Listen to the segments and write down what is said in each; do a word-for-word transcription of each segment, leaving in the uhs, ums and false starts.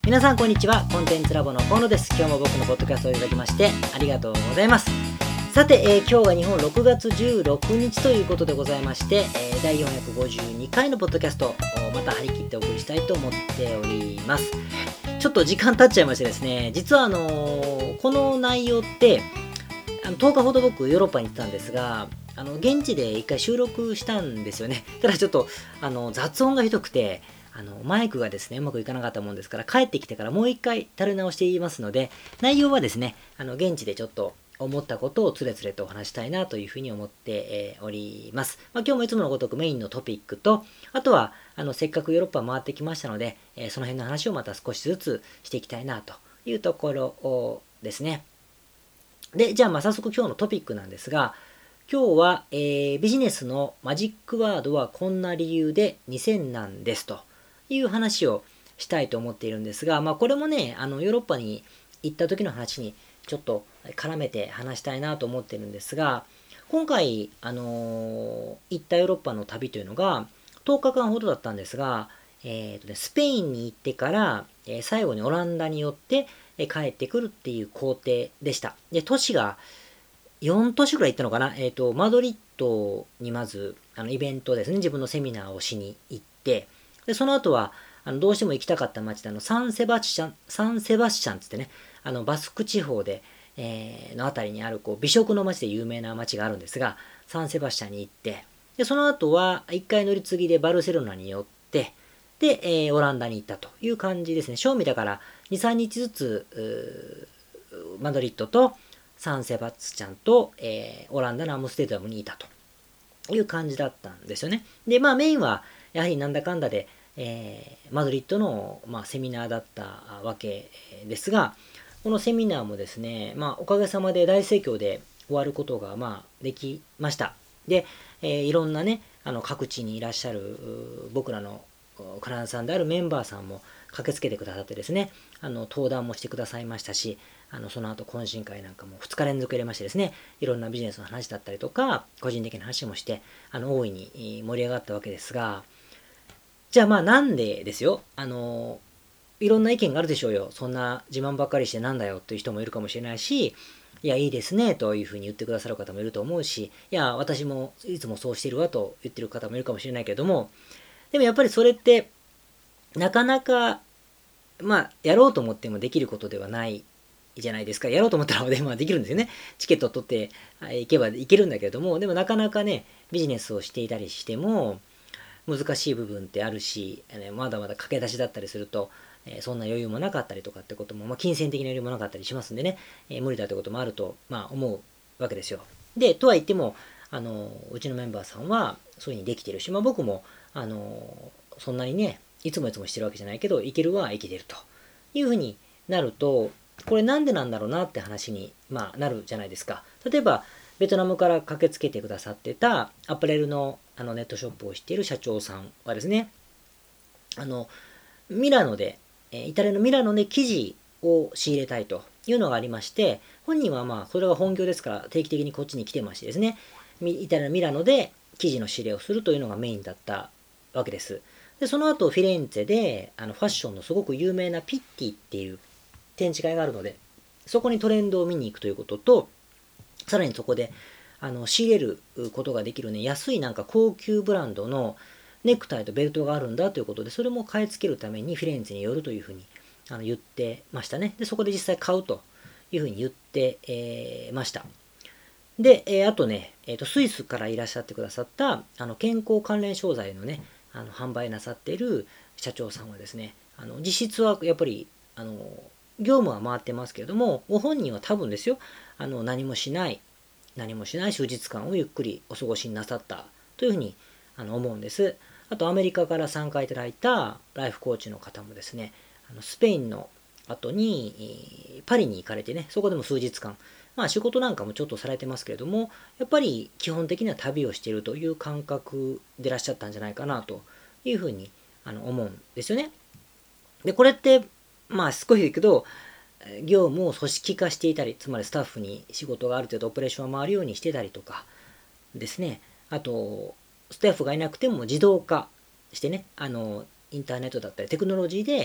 皆さんこんにちは。コンテンツラボの河野です。今日も僕のポッドキャストをいただきましてありがとうございます。さて、えー、今日が日本ろくがつじゅうろくにちということでございまして、えー、だいよんひゃくごじゅうにかいのポッドキャストをまた張り切ってお送りしたいと思っております。ちょっと時間経っちゃいましてですね、実はあのー、この内容ってあのとおかほど僕ヨーロッパに行ってたんですが、あの現地で一回収録したんですよね。ただちょっとあの雑音がひどくて、あのマイクがですねうまくいかなかったもんですから、帰ってきてからもう一回垂れ直して言いますので、内容はですねあの現地でちょっと思ったことをつれつれとお話したいなというふうに思って、えー、おります。まあ、今日もいつものごとくメインのトピックと、あとはあのせっかくヨーロッパ回ってきましたので、えー、その辺の話をまた少しずつしていきたいなというところですね。で、じゃあまあ早速今日のトピックなんですが、今日は、えー、ビジネスのマジックワードはこんな理由でにせんなんですという話をしたいと思っているんですが、まあこれもね、あのヨーロッパに行った時の話にちょっと絡めて話したいなと思ってるんですが、今回、あのー、行ったヨーロッパの旅というのがとおかかんほどだったんですが、えーとね、スペインに行ってから、えー、最後にオランダに寄って、えー、帰ってくるっていう工程でした。で、都市がよん都市ぐらい行ったのかな。えっ、ー、と、マドリッドにまずあのイベントですね、自分のセミナーをしに行って、でその後はあのどうしても行きたかった街であのサンセバスチャン、サンセバスチャンつってね、あのバスク地方で、えー、のあたりにあるこう美食の街で有名な街があるんですが、サンセバスチャンに行って、でその後はいっかい乗り継ぎでバルセロナに寄って、で、えー、オランダに行ったという感じですね。正味だからに、さんにちずつマドリッドとサンセバスチャンと、えー、オランダのアムステルダムにいたという感じだったんですよね。で、まあメインはやはりなんだかんだで、えー、マドリッドの、まあ、セミナーだったわけですが、このセミナーもですね、まあ、おかげさまで大盛況で終わることが、まあ、できました。で、えー、いろんなね、あの各地にいらっしゃる僕らのクライアントさんであるメンバーさんも駆けつけてくださってですね、あの登壇もしてくださいましたし、あのその後懇親会なんかもふつか連続入れましてですね、いろんなビジネスの話だったりとか個人的な話もしてあの大いに盛り上がったわけですが、じゃあまあなんでですよ、あのいろんな意見があるでしょうよ。そんな自慢ばっかりしてなんだよという人もいるかもしれないし、いやいいですねというふうに言ってくださる方もいると思うし、いや私もいつもそうしてるわと言ってる方もいるかもしれないけれども、でもやっぱりそれってなかなかまあやろうと思ってもできることではないじゃないですか。やろうと思ったらまあできるんですよね。チケットを取って行けばいけるんだけれども、でもなかなかねビジネスをしていたりしても難しい部分ってあるし、まだまだ駆け出しだったりすると、えそんな余裕もなかったりとかってことも、まあ、金銭的な余裕もなかったりしますんでね、え無理だってこともあると、まあ、思うわけですよ。で、とは言っても、あのうちのメンバーさんはそういうふうにできてるし、まあ、僕もあのそんなにね、いつもいつもしてるわけじゃないけど、いけるはいけてるというふうになると、これなんでなんだろうなって話に、まあ、なるじゃないですか。例えば、ベトナムから駆けつけてくださってたアパレルのあのネットショップをしている社長さんはですね、あのミラノで、イタリアのミラノで生地を仕入れたいというのがありまして、本人はまあそれが本業ですから定期的にこっちに来てましてですね、イタリアのミラノで生地の仕入れをするというのがメインだったわけです。で、その後フィレンツェであのファッションのすごく有名なピッティっていう展示会があるので、そこにトレンドを見に行くということと、さらにそこであの仕入れることができるね、安いなんか高級ブランドのネクタイとベルトがあるんだということで、それも買い付けるためにフィレンツェに寄るというふうにあの言ってましたね。で、そこで実際買うというふうに言って、えー、ました。で、えー、あとね、えーと、スイスからいらっしゃってくださったあの健康関連商材のね、あの販売なさっている社長さんはですね、あの実質はやっぱりあの業務は回ってますけれども、ご本人は多分ですよ、あの何もしない何もしない数日間をゆっくりお過ごしになさったというふうにあの思うんです。あとアメリカから参加いただいたライフコーチの方もですね、あのスペインの後にパリに行かれてね、そこでも数日間、まあ仕事なんかもちょっとされてますけれども、やっぱり基本的には旅をしているという感覚でいらっしゃったんじゃないかなというふうにあの思うんですよね。で、これってまあ少し言うけど、業務を組織化していたり、つまりスタッフに仕事がある程度オペレーションが回るようにしてたりとかですね、あとスタッフがいなくても自動化してね、あのインターネットだったりテクノロジーで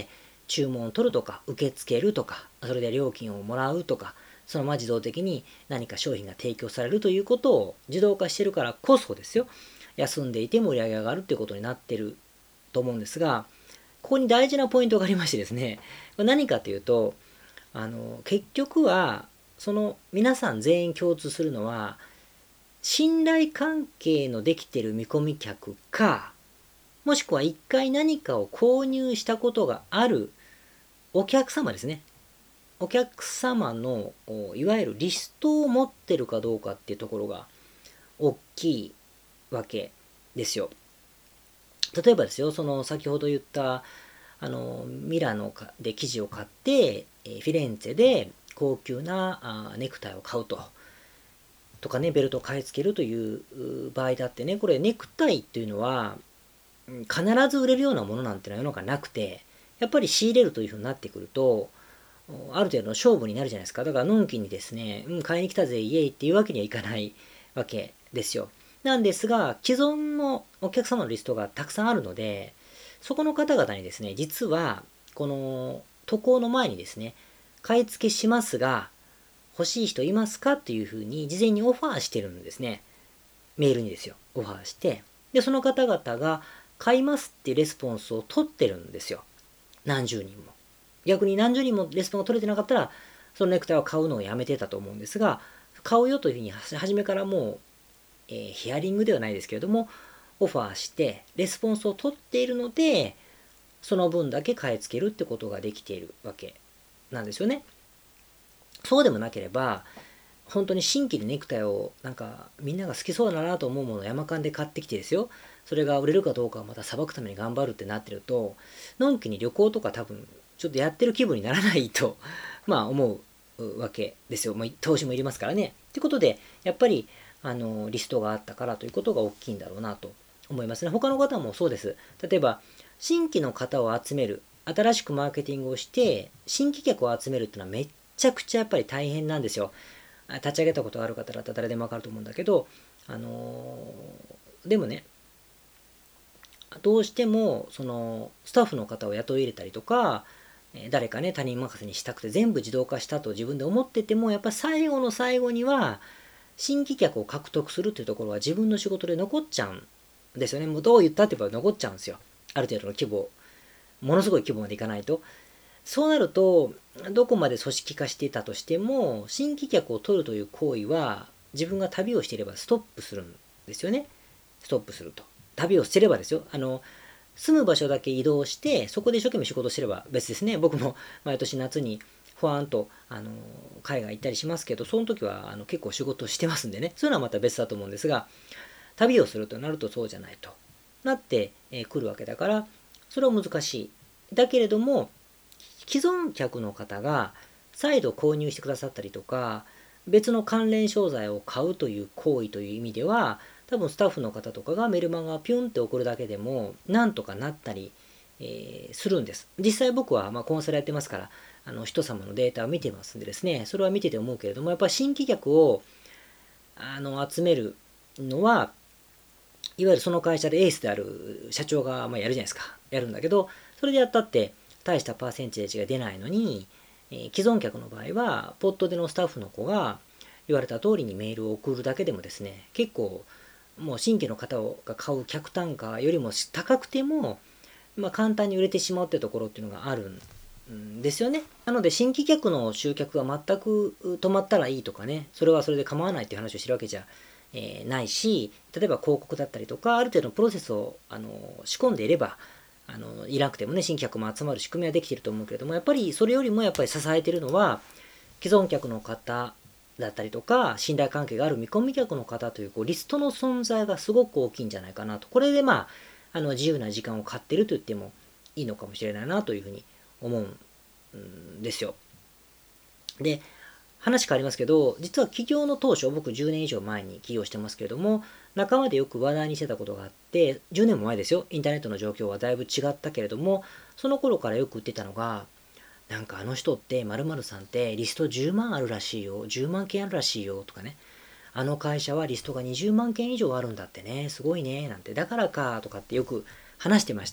注文を取るとか、受け付けるとか、それで料金をもらうとか、そのまま自動的に何か商品が提供されるということを自動化してるからこそですよ、休んでいても売り上げが上がるっていうことになってると思うんですが、ここに大事なポイントがありましてですね、これ何かというと、あの結局はその皆さん全員共通するのは、信頼関係のできている見込み客か、もしくは一回何かを購入したことがあるお客様ですね。お客様のいわゆるリストを持ってるかどうかっていうところが大きいわけですよ。例えばですよ、その先ほど言ったあのミラノで生地を買ってフィレンツェで高級なネクタイを買うととかね、ベルトを買い付けるという場合だってね、これネクタイっていうのは必ず売れるようなものなんてのは世の中なくて、やっぱり仕入れるというふうになってくるとある程度の勝負になるじゃないですか。だからのんきにですね、うん、買いに来たぜイエイっていうわけにはいかないわけですよ。なんですが、既存のお客様のリストがたくさんあるので、そこの方々にですね、実はこの渡航の前にですね、買い付けしますが欲しい人いますかっていうふうに事前にオファーしてるんですね。メールにですよ、オファーして、でその方々が買いますっていうレスポンスを取ってるんですよ。何十人も。逆に何十人もレスポンが取れてなかったら、そのネクタイを買うのをやめてたと思うんですが、買うよというふうに初めからもう、えー、ヒアリングではないですけれども、オファーして、レスポンスを取っているので、その分だけ買い付けるってことができているわけなんですよね。そうでもなければ、本当に新規でネクタイをなんかみんなが好きそうだなと思うものを山間で買ってきてですよ、それが売れるかどうかをまたさばくために頑張るってなってると、のんきに旅行とか多分ちょっとやってる気分にならないとまあ思うわけですよ。まあ、投資もいりますからね。ということでやっぱりあのリストがあったからということが大きいんだろうなと思いますね。他の方もそうです。例えば新規の方を集める、新しくマーケティングをして新規客を集めるっていうのはめっちゃくちゃやっぱり大変なんですよ。立ち上げたことがある方だったら誰でもわかると思うんだけど、あのー、でもね、どうしてもそのスタッフの方を雇い入れたりとか、誰かね他人任せにしたくて全部自動化したと自分で思ってても、やっぱ最後の最後には新規客を獲得するっていうところは自分の仕事で残っちゃうんですよね。もうどう言ったって言えば残っちゃうんですよ。ある程度の規模、ものすごい規模までいかないと。そうなると、どこまで組織化していたとしても、新規客を取るという行為は、自分が旅をしていればストップするんですよね。ストップすると。旅をしてればですよ。あの、住む場所だけ移動して、そこで一生懸命仕事してれば別ですね。僕も毎年夏にふわーんと、あの、海外行ったりしますけど、その時はあの結構仕事してますんでね。そういうのはまた別だと思うんですが、旅をするとなるとそうじゃないとなってくるわけだから、それは難しい。だけれども、既存客の方が再度購入してくださったりとか、別の関連商材を買うという行為という意味では、多分スタッフの方とかがメルマガをピュンって送るだけでもなんとかなったり、えー、するんです。実際僕はまあコンサルやってますから、あの人様のデータを見てますんでですね、それは見てて思うけれども、やっぱり新規客をあの集めるのは、いわゆるその会社でエースである社長がまあやるじゃないですか。やるんだけど、それでやったって大したパーセンテージが出ないのに、えー、既存客の場合は、ポットでのスタッフの子が言われた通りにメールを送るだけでもですね、結構、もう新規の方が買う客単価よりも高くても、まあ、簡単に売れてしまうってところっていうのがあるんですよね。なので、新規客の集客が全く止まったらいいとかね、それはそれで構わないっていう話をしてるわけじゃえー、ないし、例えば広告だったりとか、ある程度のプロセスをあの仕込んでいれば、あのいなくてもね、新規客も集まる仕組みはできていると思うけれども、やっぱりそれよりもやっぱり支えているのは、既存客の方だったりとか、信頼関係がある見込み客の方という、こうリストの存在がすごく大きいんじゃないかなと。これでまあ、あの自由な時間を買ってると言ってもいいのかもしれないなというふうに思うんですよ。で、話変わりますけど、実は起業の当初、僕じゅうねん以上前に起業してますけれども、仲間でよく話題にしてたことがあって、じゅうねんも前ですよ。インターネットの状況はだいぶ違ったけれども、その頃からよく言ってたのが、なんかあの人って〇〇さんってリストじゅうまんあるらしいよ、じゅうまんけんあるらしいよとかね、あの会社はリストがにじゅうまんけん以上あるんだってね、すごいね、なんて、だからかとかってよく話してました。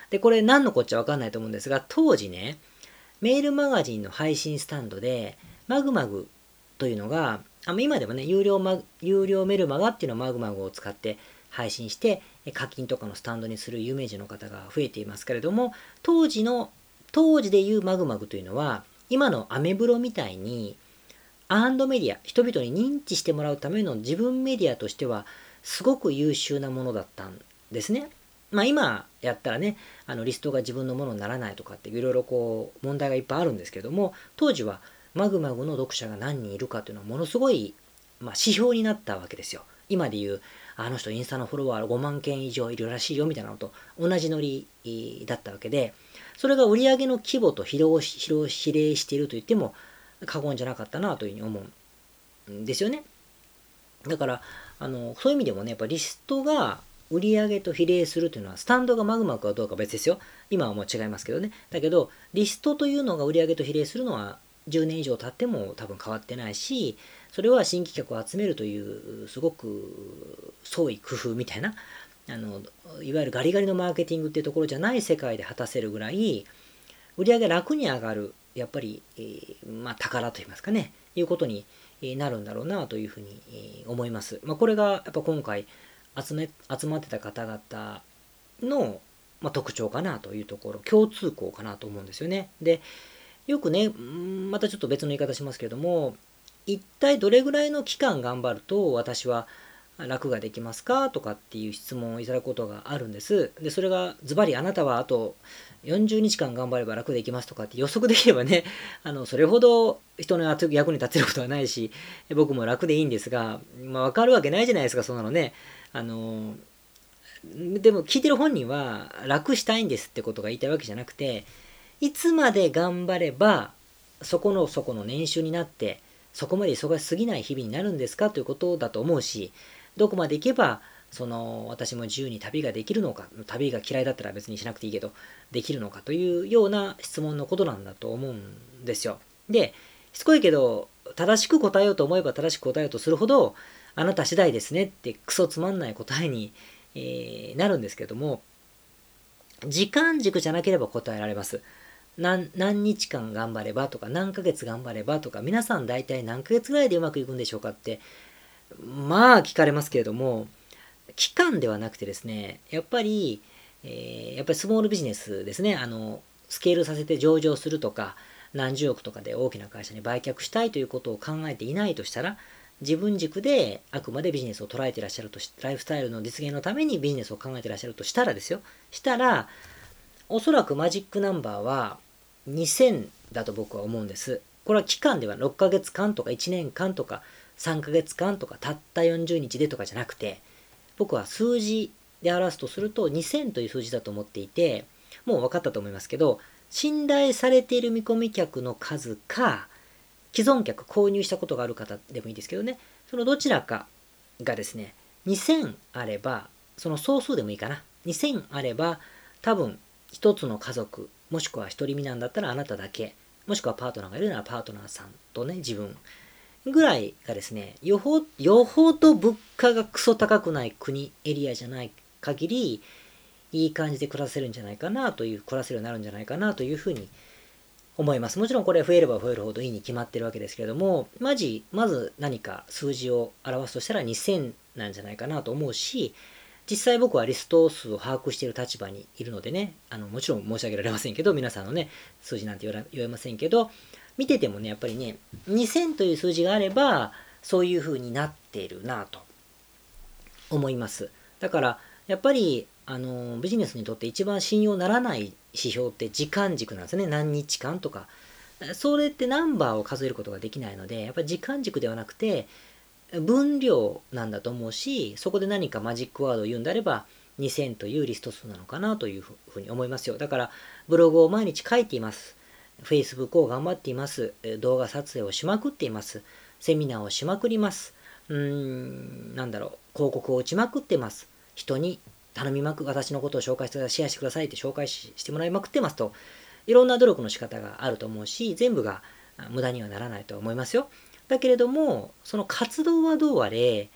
で、これ何のこっちゃわかんないと思うんですが、当時ね、メールマガジンの配信スタンドで、マグマグというのが、あ今でもね、有料マ、有料メルマガっていうのをマグマグを使って配信して、課金とかのスタンドにする有名人の方が増えていますけれども、当時の、当時でいうマグマグというのは、今のアメブロみたいに、アンドメディア、人々に認知してもらうための自分メディアとしては、すごく優秀なものだったんですね。まあ今やったらね、あのリストが自分のものにならないとかっていろいろこう問題がいっぱいあるんですけども、当時はマグマグの読者が何人いるかというのはものすごい、まあ、指標になったわけですよ。今で言う、あの人インスタのフォロワーごまんけん以上いるらしいよみたいなのと同じノリだったわけで、それが売上の規模と比例し比例していると言っても過言じゃなかったなというふうに思うんですよね。だからあのそういう意味でもね、やっぱリストが売上と比例するというのは、スタンドがマグマグかどうかは別ですよ。今はもう違いますけどね。だけどリストというのが売上と比例するのはじゅうねん以上経っても多分変わってないし、それは新規客を集めるというすごく創意工夫みたいな、あのいわゆるガリガリのマーケティングっていうところじゃない世界で果たせるぐらい売上が楽に上がる、やっぱり、えー、まあ宝といいますかね、いうことになるんだろうなというふうに思います。まあ、これがやっぱ今回集め集まってた方々の、まあ、特徴かなというところ、共通項かなと思うんですよね。で、よくね、またちょっと別の言い方しますけども、一体どれぐらいの期間頑張ると私は楽ができますかとかっていう質問をいただくことがあるんです。で、それがズバリあなたはあとよんじゅうにちかん頑張れば楽できますとかって予測できればね、あの、それほど人の役に立てることはないし、僕も楽でいいんですが、まあわかるわけないじゃないですか、そんなのね。あの、でも聞いてる本人は楽したいんですってことが言いたいわけじゃなくて、いつまで頑張ればそこのそこの年収になってそこまで忙しすぎない日々になるんですかということだと思うし、どこまで行けばその私も自由に旅ができるのか、旅が嫌いだったら別にしなくていいけどできるのかというような質問のことなんだと思うんですよ。で、しつこいけど正しく答えようと思えば正しく答えようとするほど、あなた次第ですねってクソつまんない答えに、えー、なるんですけども、時間軸じゃなければ答えられます。何, 何日間頑張ればとか何ヶ月頑張ればとか、皆さん大体何ヶ月ぐらいでうまくいくんでしょうかってまあ聞かれますけれども、期間ではなくてですね、やっぱり、えー、やっぱりスモールビジネスですね、あのスケールさせて上場するとか何十億とかで大きな会社に売却したいということを考えていないとしたら、自分軸であくまでビジネスを捉えていらっしゃるとし、ライフスタイルの実現のためにビジネスを考えていらっしゃるとしたらですよ、したらおそらくマジックナンバーはにせんだと僕は思うんです。これは期間ではろっかげつかんとかいちねんかんとかさんかげつかんとかたったよんじゅうにちでとかじゃなくて、僕は数字で表すとするとにせんという数字だと思っていて、もう分かったと思いますけど、信頼されている見込み客の数か、既存客、購入したことがある方でもいいですけどね、そのどちらかがですね、にせんあれば、その総数でもいいかな、にせんあれば多分一つの家族、もしくは独り身なんだったらあなただけ、もしくはパートナーがいるならパートナーさんとね、自分ぐらいがですね、よほよほど物価がクソ高くない国、エリアじゃない限り、いい感じで暮らせるんじゃないかなという、暮らせるようになるんじゃないかなというふうに思います。もちろんこれ増えれば増えるほどいいに決まってるわけですけれども、まじ、まず何か数字を表すとしたらにせんなんじゃないかなと思うし、実際僕はリスト数を把握している立場にいるのでね、あのもちろん申し上げられませんけど、皆さんのね、数字なんて言えませんけど、見ててもね、やっぱりね、にせんという数字があれば、そういう風になっているなと思います。だから、やっぱり、あの、ビジネスにとって一番信用ならない指標って時間軸なんですね。何日間とか。それってナンバーを数えることができないので、やっぱり時間軸ではなくて、分量なんだと思うし、そこで何かマジックワードを言うんであれば、にせんというリスト数なのかなというふうに思いますよ。だから、ブログを毎日書いています。Facebook を頑張っています。動画撮影をしまくっています。セミナーをしまくります。うーん、なんだろう、広告を打ちまくってます。人に頼みまく、私のことを紹介してください、シェアしてくださいって紹介してもらいまくってますと、いろんな努力の仕方があると思うし、全部が無駄にはならないと思いますよ。だけれども、その活動はどうあれ、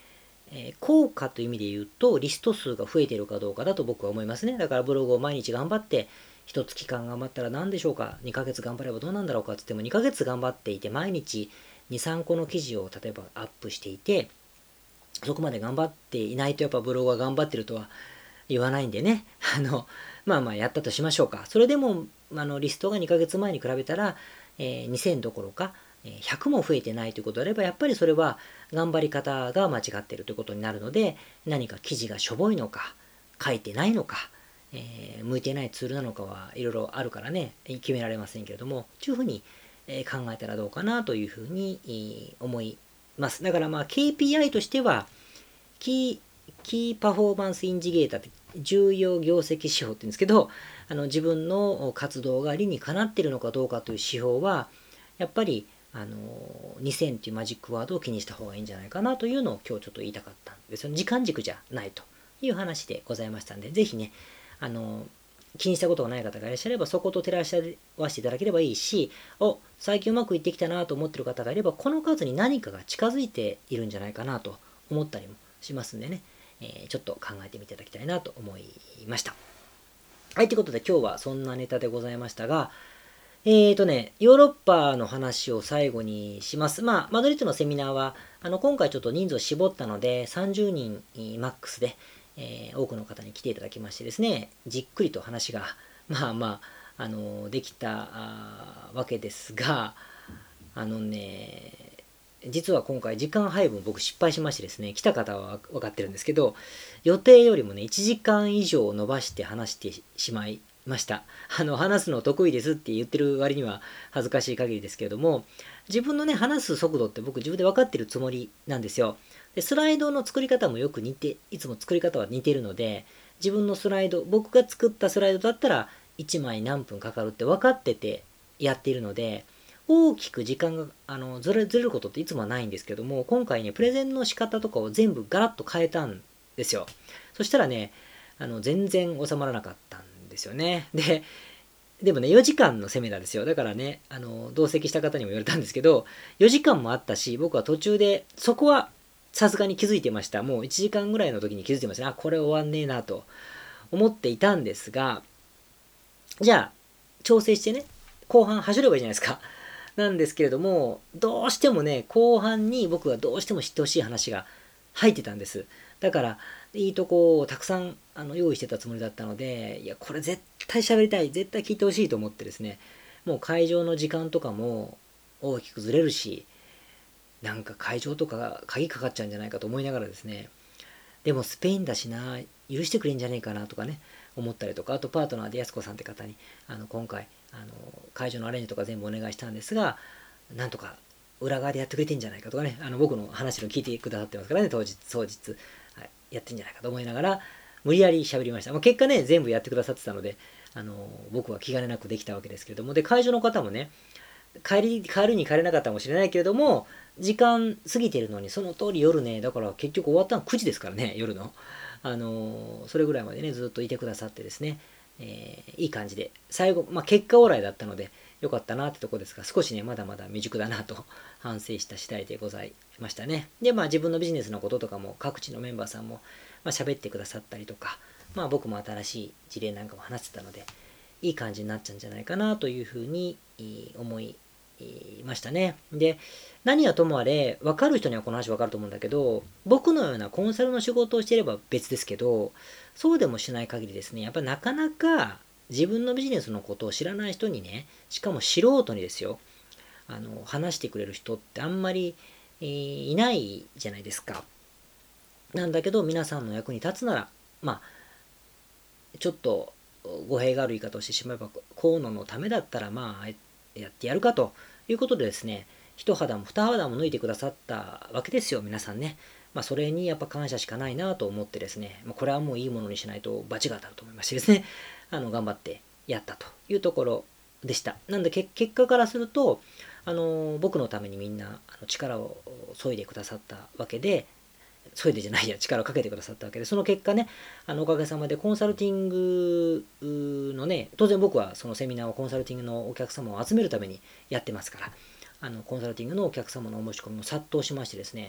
えー効果という意味で言うと、リスト数が増えているかどうかだと僕は思いますね。だからブログを毎日頑張って、一月間頑張ったら何でしょうか、にかげつ頑張ればどうなんだろうかって言っても、にかげつ頑張っていて、毎日に、さんこの記事を例えばアップしていて、そこまで頑張っていないとやっぱブログは頑張ってるとは言わないんでね。あの、まあまあやったとしましょうか。それでも、あの、リストがにかげつまえに比べたら、えーにせんどころか、えーひゃくも増えてないということであれば、やっぱりそれは頑張り方が間違っているということになるので、何か記事がしょぼいのか、書いてないのか、えー向いてないツールなのかはいろいろあるからね、決められませんけれども、というふうにえー考えたらどうかなというふうにえー思います。だからまあ ケーピーアイ としては、キー、キーパフォーマンスインジゲーターって重要業績指標って言うんですけど、あの自分の活動が理にかなっているのかどうかという指標は、やっぱりあのにせんっていうマジックワードを気にした方がいいんじゃないかなというのを今日ちょっと言いたかったんですよ。時間軸じゃないという話でございましたんで、ぜひね、あの気にしたことがない方がいらっしゃれば、そこと照らし合わせていただければいいし、お、最近うまくいってきたなと思っている方がいれば、この数に何かが近づいているんじゃないかなと思ったりもしますんでね、えーちょっと考えてみていただきたいなと思いました。はい、ということで今日はそんなネタでございましたが、えーとね、ヨーロッパの話を最後にします。まあ、マドリッドのセミナーは、あの、今回ちょっと人数を絞ったので、さんじゅうにんマックスで、えー多くの方に来ていただきましてですね、じっくりと話が、まあまあ、あの、できたあわけですが、あのね、実は今回時間配分僕失敗しましてですね、来た方は分かってるんですけど、予定よりもね、いちじかん以上伸ばして話してしまいました。あの、話すの得意ですって言ってる割には恥ずかしい限りですけれども、自分のね、話す速度って僕自分で分かってるつもりなんですよ。で、スライドの作り方もよく似て、いつも作り方は似てるので、自分のスライド、僕が作ったスライドだったらいちまい何分かかるって分かっててやっているので、大きく時間があのずれずれることっていつもはないんですけども、今回ね、プレゼンの仕方とかを全部ガラッと変えたんですよ。そしたらね、あの全然収まらなかったんですよね。で、でもね、よじかんのセミナーですよ。だからね、あの、同席した方にも言われたんですけど、よじかんもあったし、僕は途中で、そこはさすがに気づいてました。もういちじかんぐらいの時に気づいてましたね。あ、これ終わんねえなと思っていたんですが、じゃあ、調整してね、後半走ればいいじゃないですか。なんですけれども、どうしてもね、後半に僕はどうしても知ってほしい話が入ってたんです。だから、いいとこをたくさんあの用意してたつもりだったので、いや、これ絶対喋りたい、絶対聞いてほしいと思ってですね、もう会場の時間とかも大きくずれるし、なんか会場とか鍵かかっちゃうんじゃないかと思いながらですね、でもスペインだしな、許してくれんじゃねえかなとかね、思ったりとか、あとパートナーでやすこさんって方に、あの今回、あの会場のアレンジとか全部お願いしたんですが、なんとか裏側でやってくれてんじゃないかとかね、あの僕の話を聞いてくださってますからね、当日、当日、はい、やってんじゃないかと思いながら、無理やり喋りました。まあ、結果ね、全部やってくださってたので、あの僕は気兼ねなくできたわけですけれども、で、会場の方もね、帰り、帰るに帰れなかったかもしれないけれども、時間過ぎてるのに、その通り夜ね、だから結局終わったのくじですからね、夜の。あのーそれぐらいまでね、ずっといてくださってですね、えーいい感じで、最後、まあ、結果オーライだったので、よかったなってとこですが、少しね、まだまだ未熟だなと反省した次第でございましたね。で、まあ自分のビジネスのこととかも、各地のメンバーさんも、まあ、喋ってくださったりとか、まあ僕も新しい事例なんかも話してたので、いい感じになっちゃうんじゃないかなというふうに思いましたね。で、何はともあれ、分かる人にはこの話分かると思うんだけど、僕のようなコンサルの仕事をしていれば別ですけど、そうでもしない限りですね、やっぱなかなか自分のビジネスのことを知らない人にね、しかも素人にですよ、あの、話してくれる人ってあんまり、えーいないじゃないですか。なんだけど、皆さんの役に立つなら、まあ、ちょっと語弊がある言い方をしてしまえば、河野のためだったら、まあ、やってやるかということでですね、一肌も二肌も抜いてくださったわけですよ、皆さんね。まあ、それにやっぱ感謝しかないなと思ってですね、まあ、これはもういいものにしないと罰が当たると思いましてですね、あの、頑張ってやったというところでした。なんで、結果からすると、あの、僕のためにみんなあの力を注いでくださったわけで、それでじゃないや、力をかけてくださったわけで、その結果ね、あのおかげさまでコンサルティングのね、当然僕はそのセミナーをコンサルティングのお客様を集めるためにやってますから、あのコンサルティングのお客様のお申し込みも殺到しましてですね、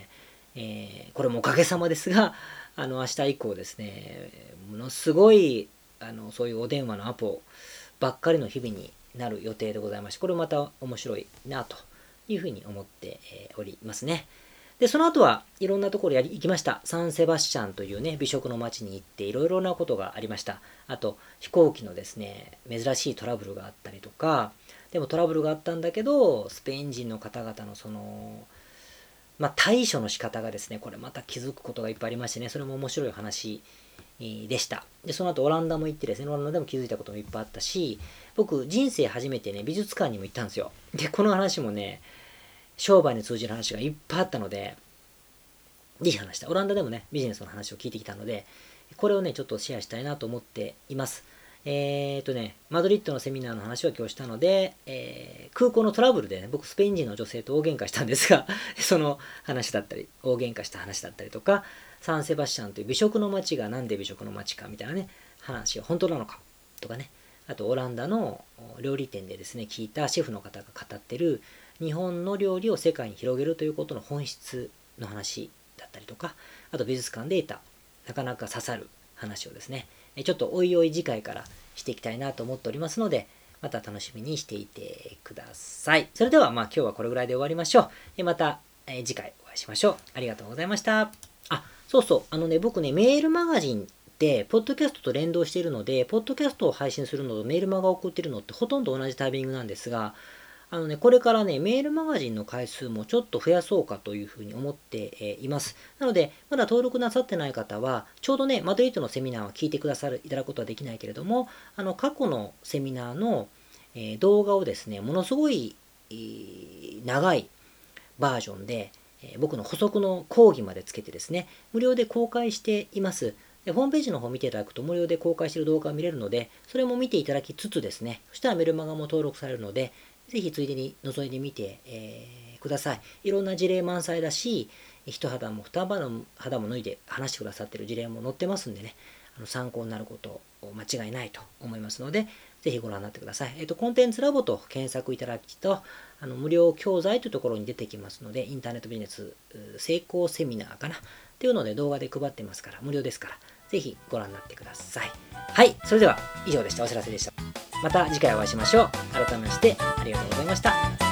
えー、これもおかげさまですが、あの明日以降ですね、ものすごいあのそういうお電話のアポばっかりの日々になる予定でございまして、これまた面白いなというふうに思っておりますね。で、その後はいろんなところやり行きました。サンセバスチャンというね、美食の街に行っていろいろなことがありました。あと、飛行機のですね、珍しいトラブルがあったりとか、でもトラブルがあったんだけど、スペイン人の方々のその、まあ、対処の仕方がですね、これまた気づくことがいっぱいありましてね、それも面白い話でした。で、その後オランダも行ってですね、オランダでも気づいたこともいっぱいあったし、僕、人生初めてね、美術館にも行ったんですよ。で、この話もね、商売に通じる話がいっぱいあったので、ぜひ話した。オランダでもね、ビジネスの話を聞いてきたので、これをね、ちょっとシェアしたいなと思っています。えーとね、マドリッドのセミナーの話を今日したので、えー、空港のトラブルでね、僕スペイン人の女性と大喧嘩したんですが、その話だったり、大喧嘩した話だったりとか、サンセバスチャンという美食の街がなんで美食の街かみたいなね、話は本当なのかとかね、あとオランダの料理店でですね、聞いたシェフの方が語ってる日本の料理を世界に広げるということの本質の話だったりとか、あと美術館で得たなかなか刺さる話をですね、ちょっとおいおい次回からしていきたいなと思っておりますので、また楽しみにしていてください。それではまあ今日はこれぐらいで終わりましょう。また次回お会いしましょう。ありがとうございました。あ、そうそう、あのね、僕ね、メールマガジンで、ポッドキャストと連動しているので、ポッドキャストを配信するのとメールマガを送っているのってほとんど同じタイミングなんですが、あのね、これからね、メールマガジンの回数もちょっと増やそうかというふうに思っています。なので、まだ登録なさってない方は、ちょうどね、マドリードのセミナーを聞いてくださる、いただくことはできないけれども、あの、過去のセミナーの、えー、動画をですね、ものすごい、えー、長いバージョンで、えー、僕の補足の講義までつけてですね、無料で公開しています。でホームページの方を見ていただくと無料で公開している動画が見れるので、それも見ていただきつつですね、そしたらメルマガも登録されるので、ぜひついでに覗いてみて、えー、ください。いろんな事例満載だし、一肌も二肌も肌も脱いで話してくださっている事例も載ってますんでね、あの参考になること間違いないと思いますので、ぜひご覧になってください。えっと、コンテンツラボと検索いただくと、あの無料教材というところに出てきますので、インターネットビジネス成功セミナーかなっていうので動画で配ってますから、無料ですから、ぜひご覧になってください。はい、それでは以上でした。お知らせでした。また次回お会いしましょう。改めましてありがとうございました。